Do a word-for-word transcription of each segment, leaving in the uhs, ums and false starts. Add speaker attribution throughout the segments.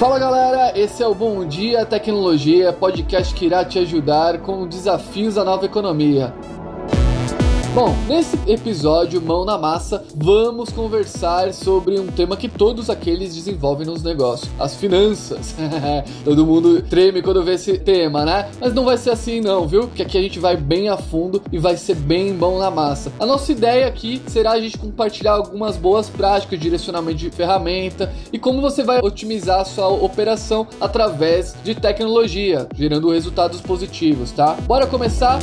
Speaker 1: Fala galera, esse é o Bom Dia Tecnologia, podcast que irá te ajudar com desafios da nova economia. Bom, nesse episódio Mão na Massa, vamos conversar sobre um tema que todos aqueles desenvolvem nos negócios, as finanças. Todo mundo treme quando vê esse tema, né? Mas não vai ser assim não, viu? Porque aqui a gente vai bem a fundo e vai ser bem mão na massa. A nossa ideia aqui será a gente compartilhar algumas boas práticas, direcionamento de ferramenta e como você vai otimizar a sua operação através de tecnologia, gerando resultados positivos, tá? Bora começar?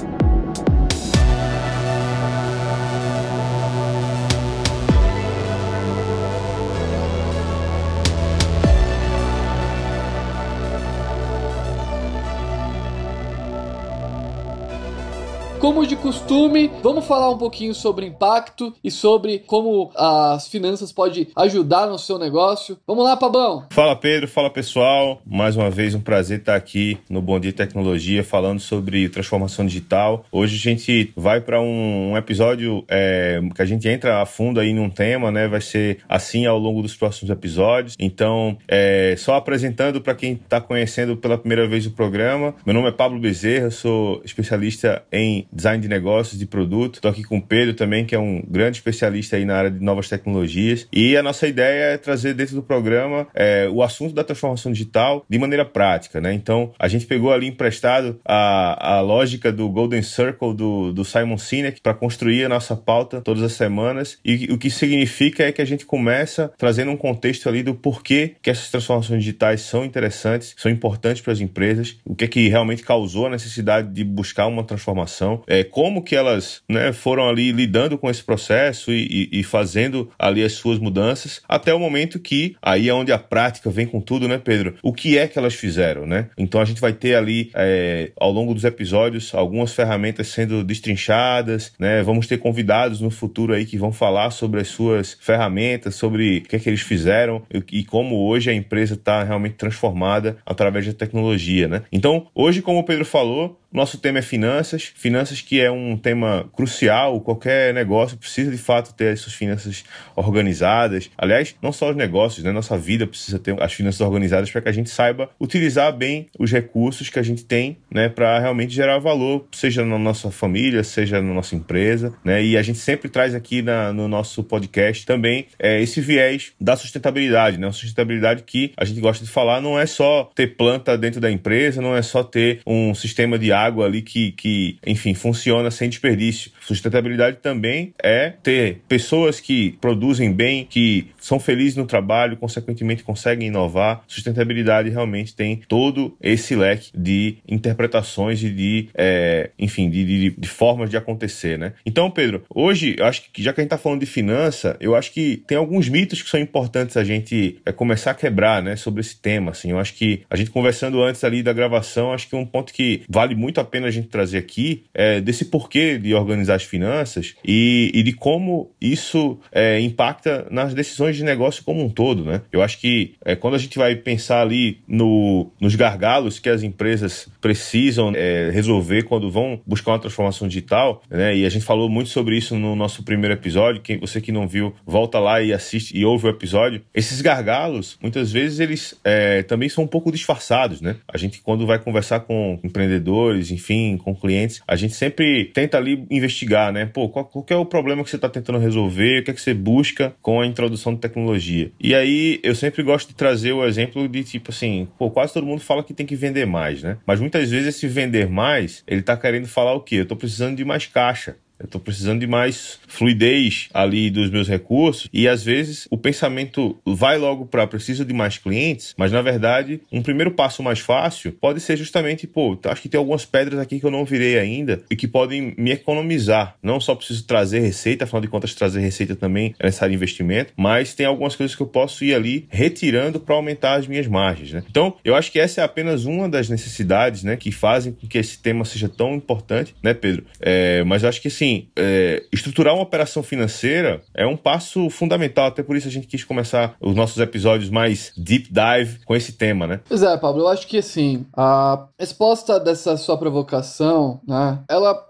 Speaker 1: Como de costume, vamos falar um pouquinho sobre impacto e sobre como as finanças podem ajudar no seu negócio. Vamos lá, Pabão!
Speaker 2: Fala, Pedro. Fala, pessoal. Mais uma vez, um prazer estar aqui no Bom Dia Tecnologia falando sobre transformação digital. Hoje a gente vai para um, um episódio é, que a gente entra a fundo aí num tema, né? Vai ser assim ao longo dos próximos episódios. Então, é, só apresentando para quem está conhecendo pela primeira vez o programa. Meu nome é Pablo Bezerra, sou especialista em design de negócios, de produto. Estou aqui com o Pedro também, que é um grande especialista aí na área de novas tecnologias. E a nossa ideia é trazer dentro do programa é, o assunto da transformação digital de maneira prática, né? Então, a gente pegou ali emprestado a, a lógica do Golden Circle do, do Simon Sinek para construir a nossa pauta todas as semanas. E o que significa é que a gente começa trazendo um contexto ali do porquê que essas transformações digitais são interessantes, são importantes para as empresas, o que é que realmente causou a necessidade de buscar uma transformação. É, como que elas, né, foram ali lidando com esse processo e, e, e fazendo ali as suas mudanças, até o momento que, aí é onde a prática vem com tudo, né, Pedro? O que é que elas fizeram, né? Então a gente vai ter ali, é, ao longo dos episódios, algumas ferramentas sendo destrinchadas, né? Vamos ter convidados no futuro aí que vão falar sobre as suas ferramentas, sobre o que é que eles fizeram e, e como hoje a empresa está realmente transformada através da tecnologia, né? Então, hoje, como o Pedro falou, nosso tema é finanças, finanças que é um tema crucial, qualquer negócio precisa de fato ter as suas finanças organizadas. Aliás, não só os negócios, né? Nossa vida precisa ter as finanças organizadas para que a gente saiba utilizar bem os recursos que a gente tem, né? Para realmente gerar valor, seja na nossa família, seja na nossa empresa, né? E a gente sempre traz aqui na, no nosso podcast também é, esse viés da sustentabilidade, né? Uma sustentabilidade que a gente gosta de falar não é só ter planta dentro da empresa, não é só ter um sistema de água ali que, que, enfim, funciona sem desperdício. Sustentabilidade também é ter pessoas que produzem bem, que são felizes no trabalho, consequentemente conseguem inovar. Sustentabilidade realmente tem todo esse leque de interpretações e de, é, enfim, de, de, de formas de acontecer, né? Então, Pedro, hoje, eu acho que já que a gente está falando de finança, eu acho que tem alguns mitos que são importantes a gente é, começar a quebrar, né, sobre esse tema, assim. Eu acho que a gente conversando antes ali da gravação, acho que um ponto que vale muito a pena a gente trazer aqui é desse porquê de organizar as finanças e, e de como isso é, impacta nas decisões de negócio como um todo, né? Eu acho que é, quando a gente vai pensar ali no, nos gargalos que as empresas precisam é, resolver quando vão buscar uma transformação digital, né? E a gente falou muito sobre isso no nosso primeiro episódio. Quem, você que não viu, volta lá e assiste e ouve o episódio. Esses gargalos, muitas vezes, eles é, também são um pouco disfarçados, né? A gente, quando vai conversar com empreendedores, enfim, com clientes, a gente sempre tenta ali investigar, né? Pô, qual, qual que é o problema que você está tentando resolver? O que é que você busca com a introdução de tecnologia? E aí, eu sempre gosto de trazer o exemplo de, tipo assim, pô, quase todo mundo fala que tem que vender mais, né? Mas muitas vezes esse vender mais, ele tá querendo falar o quê? Eu tô precisando de mais caixa. Eu estou precisando de mais fluidez ali dos meus recursos e às vezes o pensamento vai logo para preciso de mais clientes, mas na verdade um primeiro passo mais fácil pode ser justamente, pô, acho que tem algumas pedras aqui que eu não virei ainda e que podem me economizar. Não só preciso trazer receita, afinal de contas trazer receita também é necessário investimento, mas tem algumas coisas que eu posso ir ali retirando para aumentar as minhas margens, né? Então eu acho que essa é apenas uma das necessidades, né, que fazem com que esse tema seja tão importante, né, Pedro? É, mas eu acho que assim, É, estruturar uma operação financeira é um passo fundamental, até por isso a gente quis começar os nossos episódios mais deep dive com esse tema, né?
Speaker 1: Pois é, Pablo, eu acho que assim, a resposta dessa sua provocação, né, ela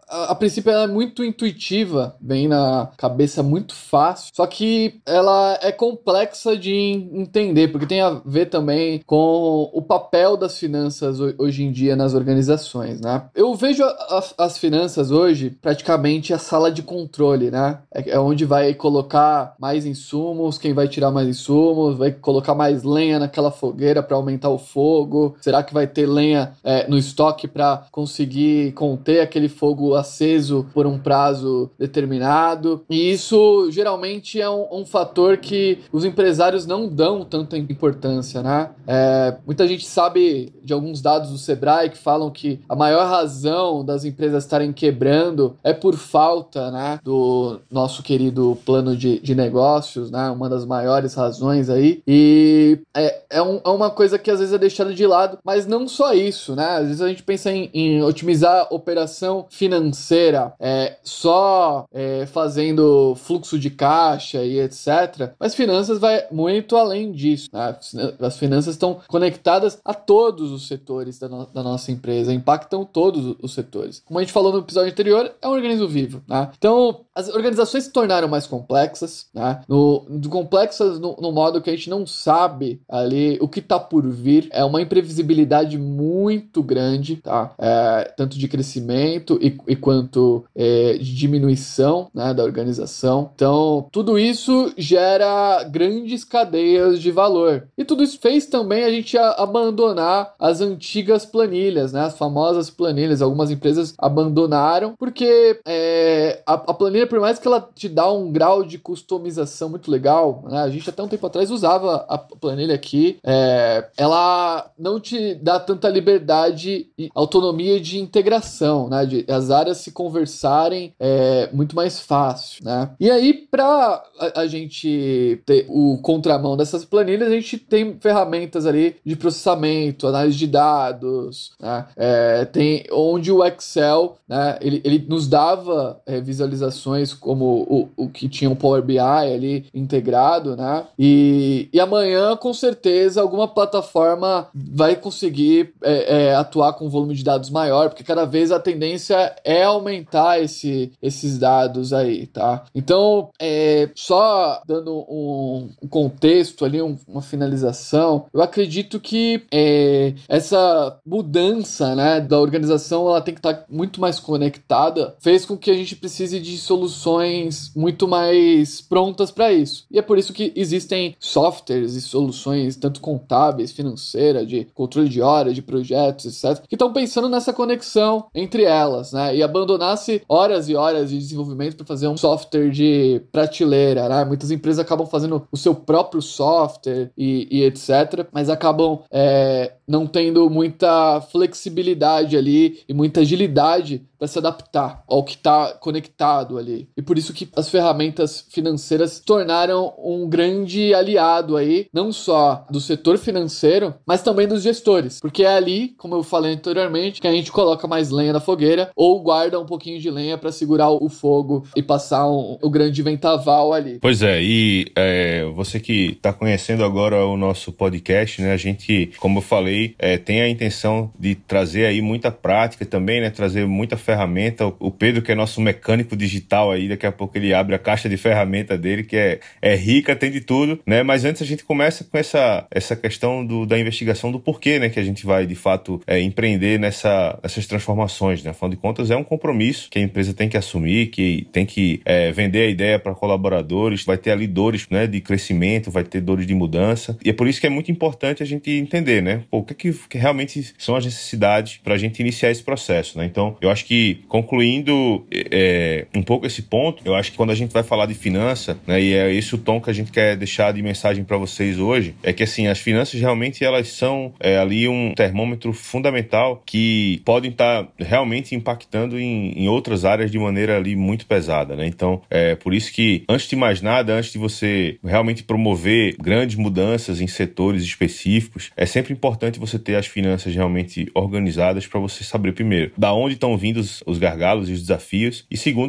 Speaker 1: a, a princípio ela é muito intuitiva, vem na cabeça muito fácil, só que ela é complexa de entender, porque tem a ver também com o papel das finanças hoje em dia nas organizações, né? Eu vejo a, a, as finanças hoje praticamente a sala de controle, né? É, é onde vai colocar mais insumos, quem vai tirar mais insumos, vai colocar mais lenha naquela fogueira para aumentar o fogo, será que vai ter lenha é, no estoque para conseguir conter aquele fogo aceso por um prazo determinado? E isso geralmente é um, um fator que os empresários não dão tanta importância, né? É, muita gente sabe de alguns dados do Sebrae que falam que a maior razão das empresas estarem quebrando é por falta, né, do nosso querido plano de, de negócios, né? Uma das maiores razões aí. E é, é, um, é uma coisa que às vezes é deixada de lado, mas não só isso, né? Às vezes a gente pensa em, em otimizar a operação financeira é, só é, fazendo fluxo de caixa e etcétera. Mas finanças vai muito além disso, né? As finanças estão conectadas a todos os setores da, no, da nossa empresa, impactam todos os setores. Como a gente falou no episódio anterior, é um organismo vivo, né? Então, as organizações se tornaram mais complexas, né? No, complexas no, no modo que a gente não sabe ali o que está por vir, é uma imprevisibilidade muito grande, tá? É, tanto de crescimento e, e quanto é, de diminuição, né, da organização. Então, tudo isso gera grandes cadeias de valor. E tudo isso fez também a gente a, abandonar as antigas planilhas, né? As famosas planilhas. Algumas empresas abandonaram porque é, a, a planilha, por mais que ela te dá um grau de customização muito legal, né? A gente até um tempo atrás usava a planilha aqui, é, ela não te dá tanta liberdade e autonomia de integração, né? De as áreas se conversarem é, muito mais fácil, né? E aí, para a, a gente ter o contramão dessas planilhas, a gente tem ferramentas ali de processamento, análise de dados, né? É, tem onde o Excel, né, ele, ele nos dava é, visualizações como o, o que tinha o Power B I ali integrado, né? E, e amanhã, com certeza, alguma plataforma vai conseguir é, é, atuar com um volume de dados maior, porque cada vez a tendência é aumentar esse, esses dados aí, tá? Então, é, só dando um, um contexto ali, um, uma finalização, eu acredito que é, essa mudança, né, da organização, ela tem que estar muito mais conectada, fez com que a gente precise de soluções muito mais prontas para isso. E é por isso que existem softwares e soluções, tanto contábeis, financeiras, de controle de horas, de projetos, etcétera, que estão pensando nessa conexão entre elas, né? E abandonar-se horas e horas de desenvolvimento para fazer um software de prateleira, né? Muitas empresas acabam fazendo o seu próprio software e, e etcétera, mas acabam é, não tendo muita flexibilidade ali e muita agilidade para se adaptar ao que está conectado ali. E por isso que as ferramentas financeiras se tornaram um grande aliado aí, não só do setor financeiro, mas também dos gestores. Porque é ali, como eu falei anteriormente, que a gente coloca mais lenha na fogueira ou guarda um pouquinho de lenha para segurar o fogo e passar um, o grande ventaval ali.
Speaker 2: Pois é, e é, você que está conhecendo agora o nosso podcast, né? A gente, como eu falei, é, tem a intenção de trazer aí muita prática também, né? Trazer muita ferramenta. O Pedro, que é nosso mecânico digital aí, daqui a pouco ele abre a caixa de ferramenta dele, que é, é rica, tem de tudo, né? Mas antes a gente começa com essa, essa questão do, da investigação do porquê, né? Que a gente vai, de fato, é, empreender nessa, nessas transformações, né? Afinal de contas, é um compromisso que a empresa tem que assumir, que tem que é, vender a ideia para colaboradores, vai ter ali dores, né, de crescimento, vai ter dores de mudança. E é por isso que é muito importante a gente entender, né? Pô, o que, que, que realmente são as necessidades para a gente iniciar esse processo, né? Então, eu acho que que, concluindo é, um pouco esse ponto, eu acho que quando a gente vai falar de finança, né, e é esse o tom que a gente quer deixar de mensagem para vocês hoje, é que assim, as finanças realmente elas são é, ali um termômetro fundamental que podem estar tá realmente impactando em, em outras áreas de maneira ali muito pesada, né? Então, é por isso que, antes de mais nada, antes de você realmente promover grandes mudanças em setores específicos, é sempre importante você ter as finanças realmente organizadas para você saber, primeiro, da onde estão vindo os, os gargalos e os desafios, e segundo, quais são as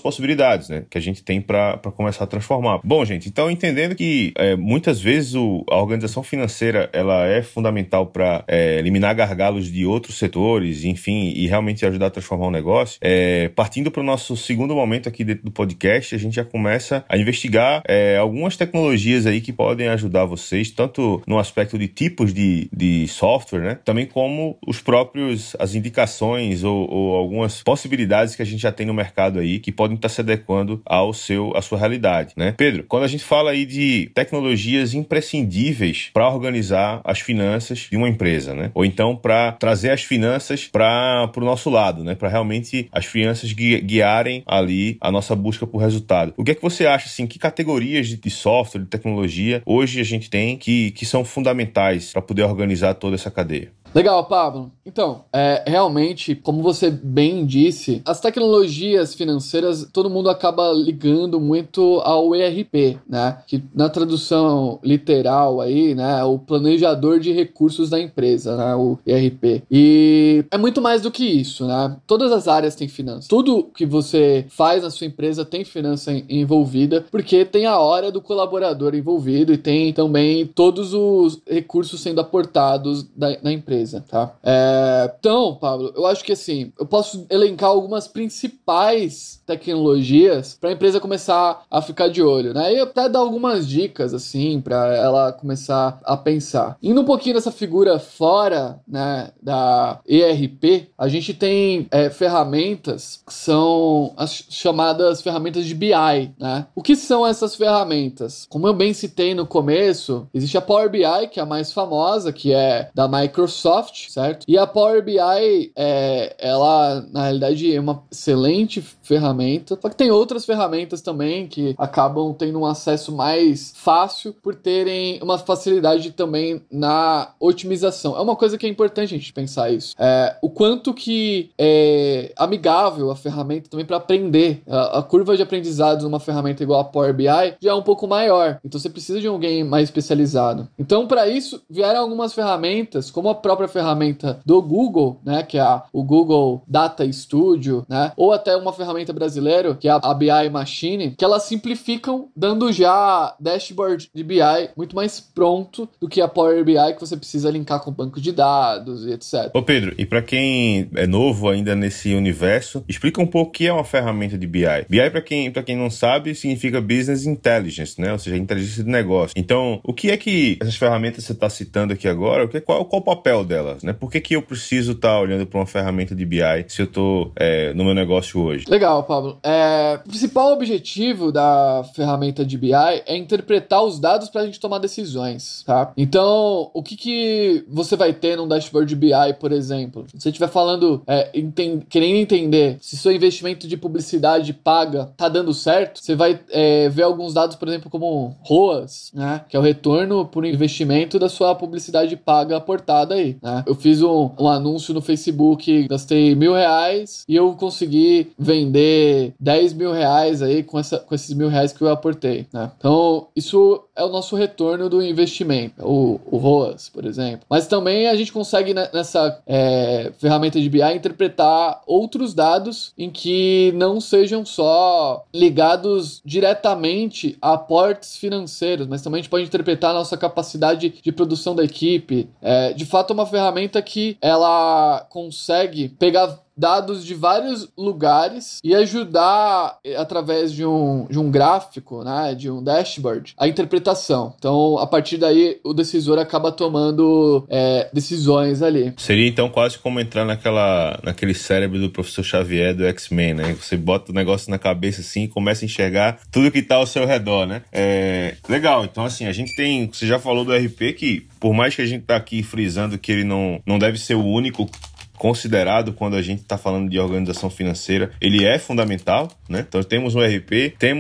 Speaker 2: possibilidades, né, que a gente tem para começar a transformar. Bom, gente, então entendendo que é, muitas vezes o, a organização financeira ela é fundamental para é, eliminar gargalos de outros setores, enfim, e realmente ajudar a transformar o negócio, é, partindo para o nosso segundo momento aqui dentro do podcast, a gente já começa a investigar é, algumas tecnologias aí que podem ajudar vocês, tanto no aspecto de tipos de, de software, né, também como os próprios, as indicações ou, ou algumas possibilidades que a gente já tem no mercado aí que podem estar se adequando ao seu, à sua realidade, né? Pedro, quando a gente fala aí de tecnologias imprescindíveis para organizar as finanças de uma empresa, né? Ou então para trazer as finanças para o nosso lado, né? Para realmente as finanças gui- guiarem ali a nossa busca por resultado. O que é que você acha, assim, que categorias de, de software, de tecnologia hoje a gente tem que, que são fundamentais para poder organizar toda essa cadeia?
Speaker 1: Legal, Pablo. Então, é, realmente, como você bem disse, as tecnologias financeiras, todo mundo acaba ligando muito ao E R P, né? Que na tradução literal aí, né, é o planejador de recursos da empresa, né, o E R P. E é muito mais do que isso, né? Todas as áreas têm finanças. Tudo que você faz na sua empresa tem finança envolvida, porque tem a hora do colaborador envolvido e tem também todos os recursos sendo aportados da, na empresa. Tá? É, então, Pablo, eu acho que assim, eu posso elencar algumas principais tecnologias para a empresa começar a ficar de olho, né? E até dar algumas dicas assim para ela começar a pensar. Indo um pouquinho dessa figura fora, né, da E R P, a gente tem é, ferramentas que são as chamadas ferramentas de B I, né? O que são essas ferramentas? Como eu bem citei no começo, existe a Power B I, que é a mais famosa, que é da Microsoft, certo? E a Power B I, é, ela, na realidade, é uma excelente ferramenta, só que tem outras ferramentas também que acabam tendo um acesso mais fácil por terem uma facilidade também na otimização. É uma coisa que é importante a gente pensar isso. É, o quanto que é amigável a ferramenta também para aprender. A, a curva de aprendizado numa ferramenta igual a Power B I já é um pouco maior, então você precisa de alguém mais especializado. Então, para isso, vieram algumas ferramentas, como a própria ferramenta do Google, né, que é a, o Google Data Studio, né, ou até uma ferramenta brasileira, que é a B I Machine, que elas simplificam, dando já dashboard de B I muito mais pronto do que a Power B I, que você precisa linkar com banco de dados e etcétera.
Speaker 2: Ô Pedro, e para quem é novo ainda nesse universo, explica um pouco o que é uma ferramenta de B I. B I, para quem, para quem não sabe, significa Business Intelligence, né, ou seja, inteligência de negócio. Então, o que é que essas ferramentas você está citando aqui agora, o que, qual, qual o papel delas, né? Por que que eu preciso estar tá olhando para uma ferramenta de B I se eu estou é, no meu negócio hoje?
Speaker 1: Legal, Pablo. É, o principal objetivo da ferramenta de B I é interpretar os dados para a gente tomar decisões, tá? Então, o que que você vai ter num dashboard de B I, por exemplo? Se você estiver falando, é, enten- querendo entender se seu investimento de publicidade paga tá dando certo, você vai é, ver alguns dados, por exemplo, como R O A S, né? Que é o retorno por investimento da sua publicidade paga aportada aí, né? Eu fiz um, um anúncio no Facebook, gastei mil reais e eu consegui vender dez mil reais aí com, essa, com esses mil reais que eu aportei, né? Então, isso é o nosso retorno do investimento, o, o R O A S, por exemplo. Mas também a gente consegue nessa é, ferramenta de B I interpretar outros dados em que não sejam só ligados diretamente a aportes financeiros, mas também a gente pode interpretar a nossa capacidade de produção da equipe. É, de fato, é uma ferramenta que ela consegue pegar dados de vários lugares e ajudar, através de um, de um gráfico, né, de um dashboard, a interpretação. Então, a partir daí, o decisor acaba tomando é, decisões ali.
Speaker 2: Seria, então, quase como entrar naquela, naquele cérebro do professor Xavier do X-Men, né? Você bota o negócio na cabeça assim e começa a enxergar tudo que está ao seu redor, né? É, legal. Então, assim, a gente tem... Você já falou do R P que, por mais que a gente tá aqui frisando que ele não, não deve ser o único considerado quando a gente está falando de organização financeira, ele é fundamental, né? Então temos um R P, temos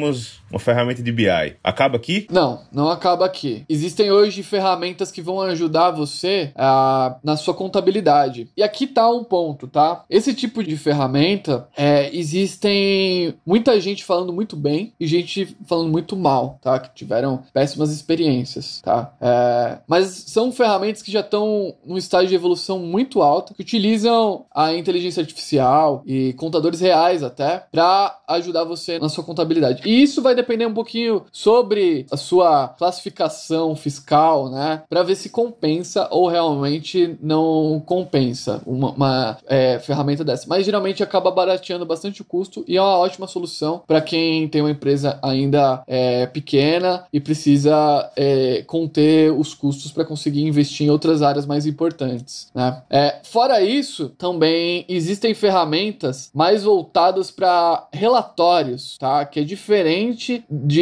Speaker 2: uma ferramenta de B I, acaba aqui?
Speaker 1: Não, não acaba aqui. Existem hoje ferramentas que vão ajudar você a, na sua contabilidade. E aqui tá um ponto, tá? Esse tipo de ferramenta, é, existem muita gente falando muito bem e gente falando muito mal, tá? Que tiveram péssimas experiências, tá? É, mas são ferramentas que já estão num estágio de evolução muito alto, que utilizam a inteligência artificial e contadores reais até, para ajudar você na sua contabilidade. E isso vai depender um pouquinho sobre a sua classificação fiscal, né? Para ver se compensa ou realmente não compensa uma, uma é, ferramenta dessa. Mas geralmente acaba barateando bastante o custo e é uma ótima solução para quem tem uma empresa ainda é, pequena e precisa é, conter os custos para conseguir investir em outras áreas mais importantes, né? É, fora isso, também existem ferramentas mais voltadas para relatórios, tá? Que é diferente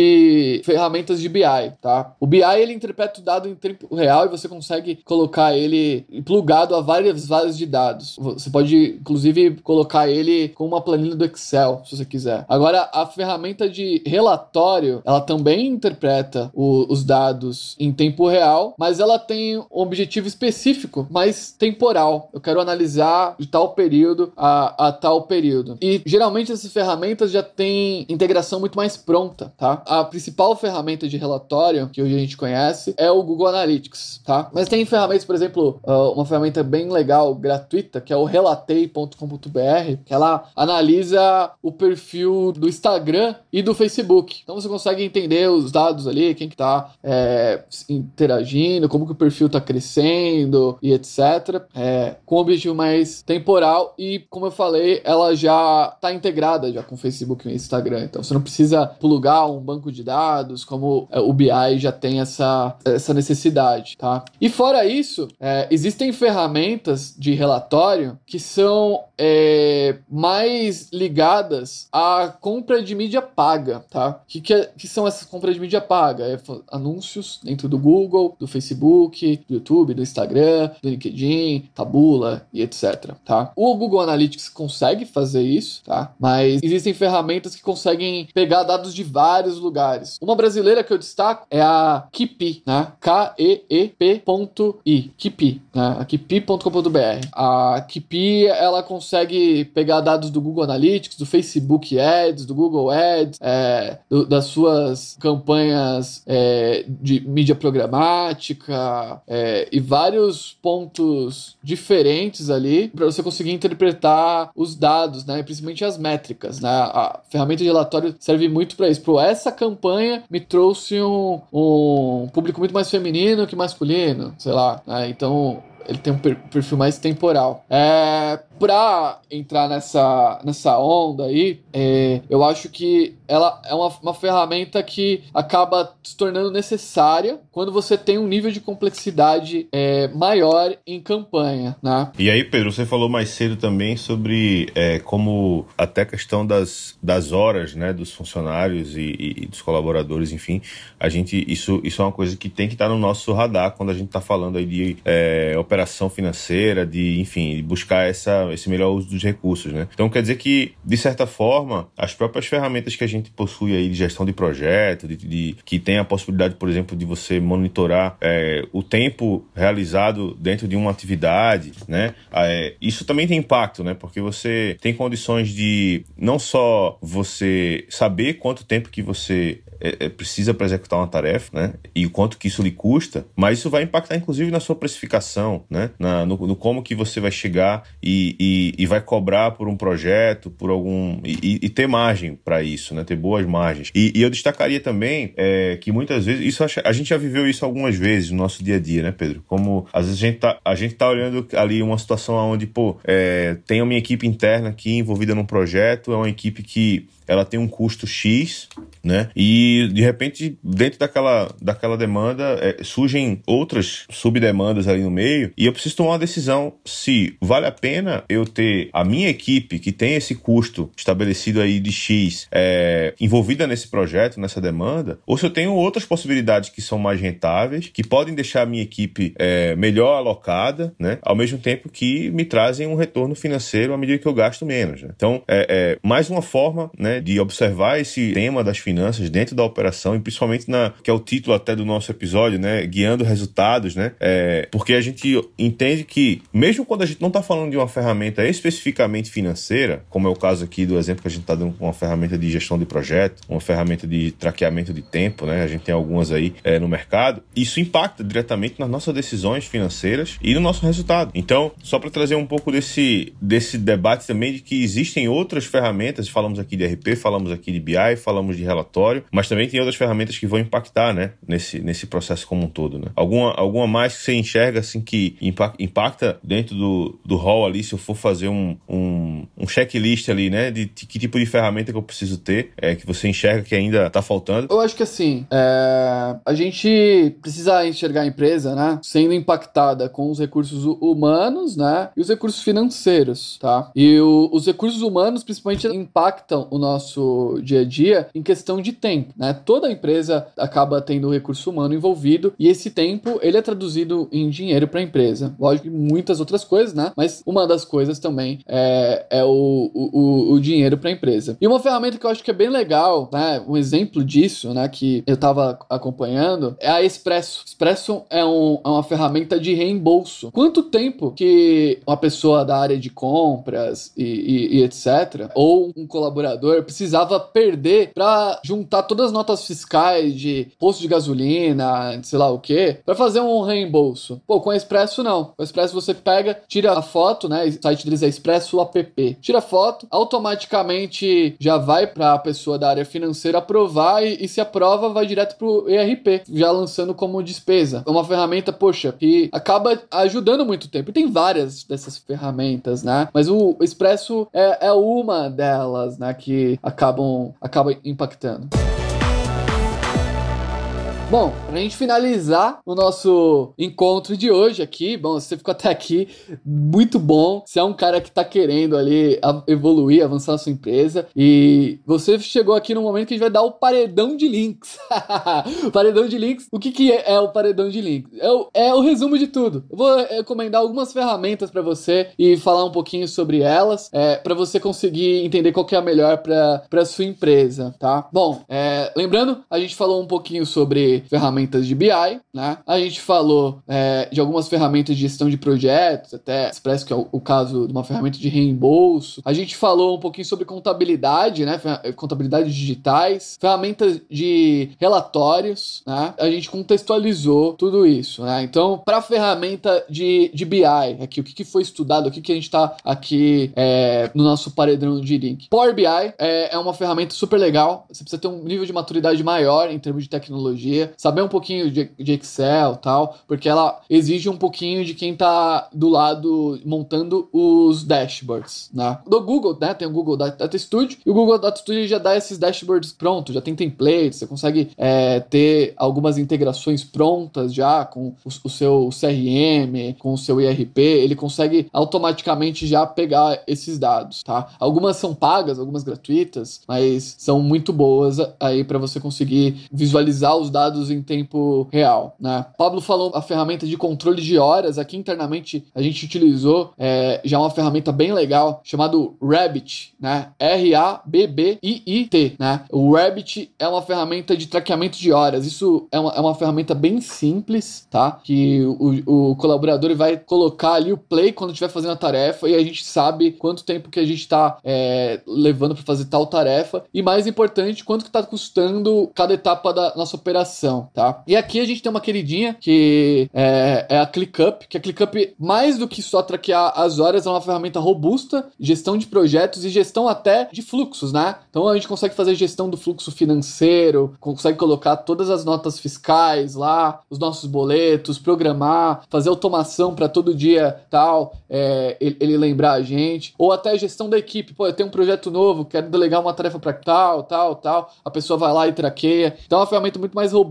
Speaker 1: de ferramentas de B I, tá? O B I, ele interpreta o dado em tempo real e você consegue colocar ele plugado a várias vagas de dados. Você pode, inclusive, colocar ele com uma planilha do Excel, se você quiser. Agora, a ferramenta de relatório, ela também interpreta o, os dados em tempo real, mas ela tem um objetivo específico, mais temporal. Eu quero analisar de tal período a, a tal período. E, geralmente, essas ferramentas já têm integração muito mais pronta, tá? A principal ferramenta de relatório que hoje a gente conhece é o Google Analytics, tá? Mas tem ferramentas, por exemplo, uma ferramenta bem legal, gratuita, que é o relatei ponto com ponto b r, que ela analisa o perfil do Instagram e do Facebook. Então você consegue entender os dados ali, quem que tá é, interagindo, como que o perfil tá crescendo e etcétera. É, com um objetivo mais temporal e, como eu falei, ela já tá integrada já com o Facebook e o Instagram. Então você não precisa plugar um banco de dados, como é, o B I já tem essa, essa necessidade, tá? E fora isso, é, existem ferramentas de relatório que são é, mais ligadas à compra de mídia paga, tá? O que, que, é, que são essas compras de mídia paga? É anúncios dentro do Google, do Facebook, do YouTube, do Instagram, do LinkedIn, Taboola e etcétera, tá? O Google Analytics consegue fazer isso, tá? Mas existem ferramentas que conseguem pegar dados de vários lugares. Uma brasileira que eu destaco é a Keepy, né? K E E P ponto I, Keepy, né? A keepy ponto com ponto b r. A Keepy, ela consegue pegar dados do Google Analytics, do Facebook Ads, do Google Ads, é, do, das suas campanhas é, de mídia programática é, e vários pontos diferentes ali para você conseguir interpretar os dados, né? Principalmente as métricas, né? A ferramenta de relatório serve muito para isso. Pro essa campanha me trouxe um, um público muito mais feminino que masculino, sei lá, né? Então ele tem um perfil mais temporal. É, para entrar nessa, nessa onda aí, é, eu acho que ela é uma, uma ferramenta que acaba se tornando necessária quando você tem um nível de complexidade é, maior em campanha, né?
Speaker 2: E aí, Pedro, você falou mais cedo também sobre é, como até a questão das, das horas, né, dos funcionários e, e dos colaboradores, enfim, a gente, isso, isso é uma coisa que tem que estar no nosso radar quando a gente está falando aí de é, operação financeira, de, enfim, buscar essa, esse melhor uso dos recursos, né? Então, quer dizer que, de certa forma, as próprias ferramentas que a gente possui aí de gestão de projeto, de, de, que tem a possibilidade, por exemplo, de você monitorar é, o tempo realizado dentro de uma atividade, né? É, isso também tem impacto, né? Porque você tem condições de não só você saber quanto tempo que você é, é, precisa para executar uma tarefa, né? E o quanto que isso lhe custa, mas isso vai impactar, inclusive, na sua precificação, né? Na, no, no como que você vai chegar e, e, e vai cobrar por um projeto, por algum... E, e ter margem para isso, né? Ter boas margens. E, e eu destacaria também é, que muitas vezes, isso a gente já viveu isso algumas vezes no nosso dia a dia, né, Pedro? Como às vezes a gente tá, a gente tá olhando ali uma situação onde, pô, é, tem a minha equipe interna aqui envolvida num projeto, é uma equipe que ela tem um custo X, né? E, de repente, dentro daquela, daquela demanda, é, surgem outras subdemandas ali no meio e eu preciso tomar uma decisão se vale a pena eu ter a minha equipe, que tem esse custo estabelecido aí de X, é, envolvida nesse projeto, nessa demanda, ou se eu tenho outras possibilidades que são mais rentáveis, que podem deixar a minha equipe é, melhor alocada, né? Ao mesmo tempo que me trazem um retorno financeiro à medida que eu gasto menos, né? Então, é, é mais uma forma, né, né, de observar esse tema das finanças dentro da operação e principalmente na, que é o título até do nosso episódio, né, guiando resultados, né, é, porque a gente entende que mesmo quando a gente não está falando de uma ferramenta especificamente financeira, como é o caso aqui do exemplo que a gente está dando com uma ferramenta de gestão de projeto, uma ferramenta de traqueamento de tempo, né, a gente tem algumas aí é, no mercado, isso impacta diretamente nas nossas decisões financeiras e no nosso resultado. Então, só para trazer um pouco desse, desse debate também de que existem outras ferramentas, falamos aqui de R P, falamos aqui de B I, falamos de relatório, mas também tem outras ferramentas que vão impactar, né, nesse, nesse processo como um todo, né? Alguma, alguma mais que você enxerga assim que impacta dentro do, do hall ali, se eu for fazer um, um, um checklist ali, né, de, de que tipo de ferramenta que eu preciso ter, é, que você enxerga que ainda está faltando?
Speaker 1: Eu acho que assim, é, a gente precisa enxergar a empresa, né, sendo impactada com os recursos humanos, né, e os recursos financeiros, tá? E o, os recursos humanos principalmente impactam o nosso dia a dia em questão de tempo, né? Toda empresa acaba tendo o recurso humano envolvido e esse tempo, ele é traduzido em dinheiro para a empresa. Lógico que muitas outras coisas, né? Mas uma das coisas também é, é o, o, o dinheiro para a empresa. E uma ferramenta que eu acho que é bem legal, né? Um exemplo disso, né? Que eu estava acompanhando é a Expresso. Expresso é, um, é uma ferramenta de reembolso. Quanto tempo que uma pessoa da área de compras e, e, e etcétera, ou um colaborador precisava perder para juntar todas as notas fiscais de posto de gasolina, sei lá o que, para fazer um reembolso. Pô, com a Expresso não. Com a Expresso você pega, tira a foto, né? O site deles é Expresso App. Tira a foto, automaticamente já vai para a pessoa da área financeira aprovar e, e se aprova, vai direto pro E R P, já lançando como despesa. É uma ferramenta, poxa, que acaba ajudando muito tempo. E tem várias dessas ferramentas, né? Mas o Expresso é, é uma delas, né? Que acabam, acabam impactando. Bom, pra gente finalizar o nosso encontro de hoje aqui, bom, você ficou até aqui, muito bom, você é um cara que tá querendo ali evoluir, avançar na sua empresa, e você chegou aqui no momento que a gente vai dar o paredão de links. O paredão de links, o que que é o paredão de links? É o, é o resumo de tudo. Eu vou recomendar algumas ferramentas pra você e falar um pouquinho sobre elas, é, pra você conseguir entender qual que é a melhor pra, pra sua empresa, tá? Bom, é, lembrando, a gente falou um pouquinho sobre ferramentas de B I, né? A gente falou é, de algumas ferramentas de gestão de projetos, até Expresso, que é o, o caso de uma ferramenta de reembolso. A gente falou um pouquinho sobre contabilidade, né? Contabilidade digitais, ferramentas de relatórios, né? A gente contextualizou tudo isso, né? Então, para a ferramenta de, de B I, aqui, o que, que foi estudado, o que, que a gente está aqui é, no nosso paredão de link. Power B I é, é uma ferramenta super legal. Você precisa ter um nível de maturidade maior em termos de tecnologia, saber um pouquinho de, de Excel e tal, porque ela exige um pouquinho de quem tá do lado montando os dashboards, né? Do Google, né? Tem o Google Data Studio e o Google Data Studio já dá esses dashboards prontos, já tem templates, você consegue é, ter algumas integrações prontas já com o, o seu C R M, com o seu E R P, ele consegue automaticamente já pegar esses dados, tá? Algumas são pagas, algumas gratuitas, mas são muito boas aí para você conseguir visualizar os dados em tempo real, né? Pablo falou a ferramenta de controle de horas. Aqui internamente a gente utilizou é, já uma ferramenta bem legal chamado Rabbit, né? R A B B I I T, né? O Rabbit é uma ferramenta de traqueamento de horas. Isso é uma, é uma ferramenta bem simples, tá? Que o, o colaborador vai colocar ali o play quando estiver fazendo a tarefa e a gente sabe quanto tempo que a gente está é, levando para fazer tal tarefa e, mais importante, quanto que está custando cada etapa da nossa operação. Tá? E aqui a gente tem uma queridinha que é, é a ClickUp, que a ClickUp, mais do que só traquear as horas, é uma ferramenta robusta, gestão de projetos e gestão até de fluxos, né? Então a gente consegue fazer gestão do fluxo financeiro, consegue colocar todas as notas fiscais lá, os nossos boletos, programar, fazer automação para todo dia tal, é, ele, ele lembrar a gente, ou até a gestão da equipe. Pô, eu tenho um projeto novo, quero delegar uma tarefa para tal, tal, tal, a pessoa vai lá e traqueia. Então é uma ferramenta muito mais robusta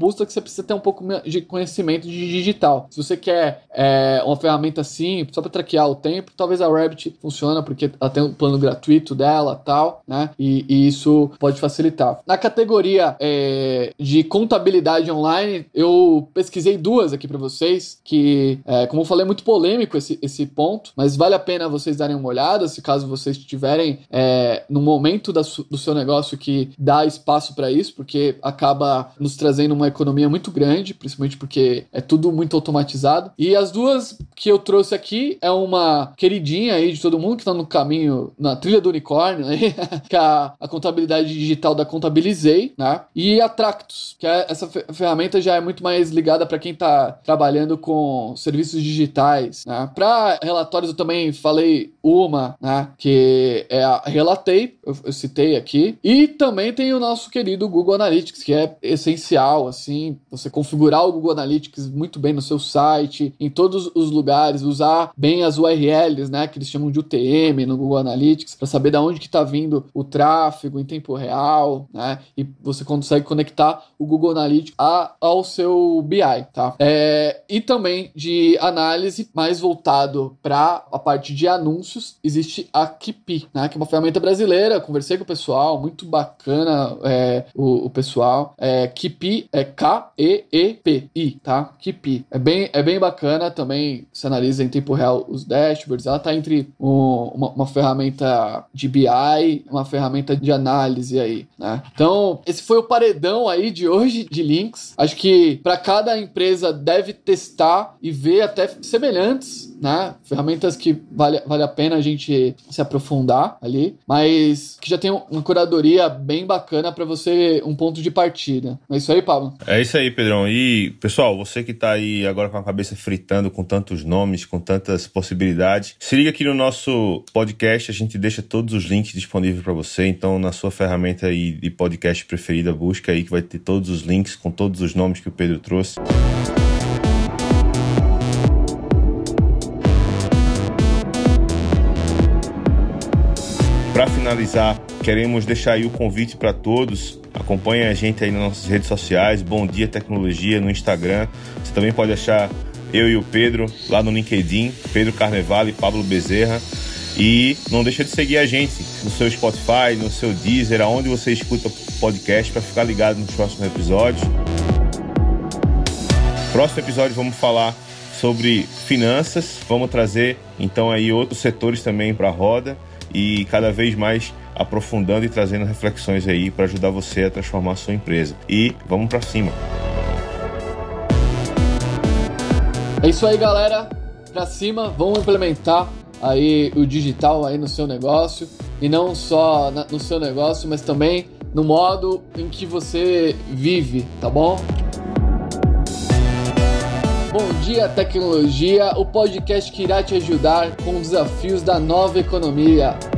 Speaker 1: robusta que você precisa ter um pouco de conhecimento de digital. Se você quer é, uma ferramenta assim, só para traquear o tempo, talvez a Rabbit funciona, porque ela tem um plano gratuito dela e tal, né? E, e isso pode facilitar. Na categoria é, de contabilidade online, eu pesquisei duas aqui para vocês, que, é, como eu falei, é muito polêmico esse, esse ponto, mas vale a pena vocês darem uma olhada, se caso vocês estiverem é, no momento da, do seu negócio que dá espaço para isso, porque acaba nos trazendo uma economia muito grande, principalmente porque é tudo muito automatizado. E as duas que eu trouxe aqui é uma queridinha aí de todo mundo que está no caminho, na trilha do unicórnio, né? Que é a, a contabilidade digital da Contabilizei, né? E a Tractus, que é, essa ferramenta já é muito mais ligada para quem está trabalhando com serviços digitais, né? Para relatórios eu também falei uma, né? Que é a Relatei, eu, eu citei aqui. E também tem o nosso querido Google Analytics, que é essencial, assim, você configurar o Google Analytics muito bem no seu site, em todos os lugares, usar bem as U R Ls, né, que eles chamam de U T M no Google Analytics, para saber de onde que está vindo o tráfego em tempo real, né, e você consegue conectar o Google Analytics a, ao seu B I, tá? É, e também de análise mais voltado para a parte de anúncios, existe a Keepee, né, que é uma ferramenta brasileira, conversei com o pessoal, muito bacana é, o, o pessoal, é, Keepee é K E E P I, tá? Keepee, é bem, é bem bacana, também se analisa em tempo real os dashboards, ela tá entre um, uma, uma ferramenta de B I, uma ferramenta de análise aí, né? Então, esse foi o paredão aí de hoje de links, acho que para cada empresa deve testar e ver até semelhantes, né? Ferramentas que vale, vale a pena a gente se aprofundar ali, mas que já tem uma curadoria bem bacana para você, um ponto de partida. É isso aí, Pablo?
Speaker 2: É isso aí, Pedrão. E, pessoal, você que tá aí agora com a cabeça fritando com tantos nomes, com tantas possibilidades, se liga aqui no nosso podcast, a gente deixa todos os links disponíveis para você, então na sua ferramenta aí de podcast preferida, busca aí que vai ter todos os links com todos os nomes que o Pedro trouxe. Para finalizar, queremos deixar aí o convite para todos. Acompanhe a gente aí nas nossas redes sociais, Bom Dia Tecnologia no Instagram. Você também pode achar eu e o Pedro lá no LinkedIn, Pedro Carnevale e Pablo Bezerra. E não deixa de seguir a gente no seu Spotify, no seu Deezer, aonde você escuta podcast, para ficar ligado nos próximos episódios. Próximo episódio vamos falar sobre finanças, vamos trazer então aí outros setores também para a roda e cada vez mais aprofundando e trazendo reflexões aí para ajudar você a transformar a sua empresa. E vamos para cima.
Speaker 1: É isso aí, galera. Para cima, vamos implementar aí o digital aí no seu negócio, e não só na, no seu negócio, mas também no modo em que você vive, tá bom? Bom Dia Tecnologia, o podcast que irá te ajudar com os desafios da nova economia.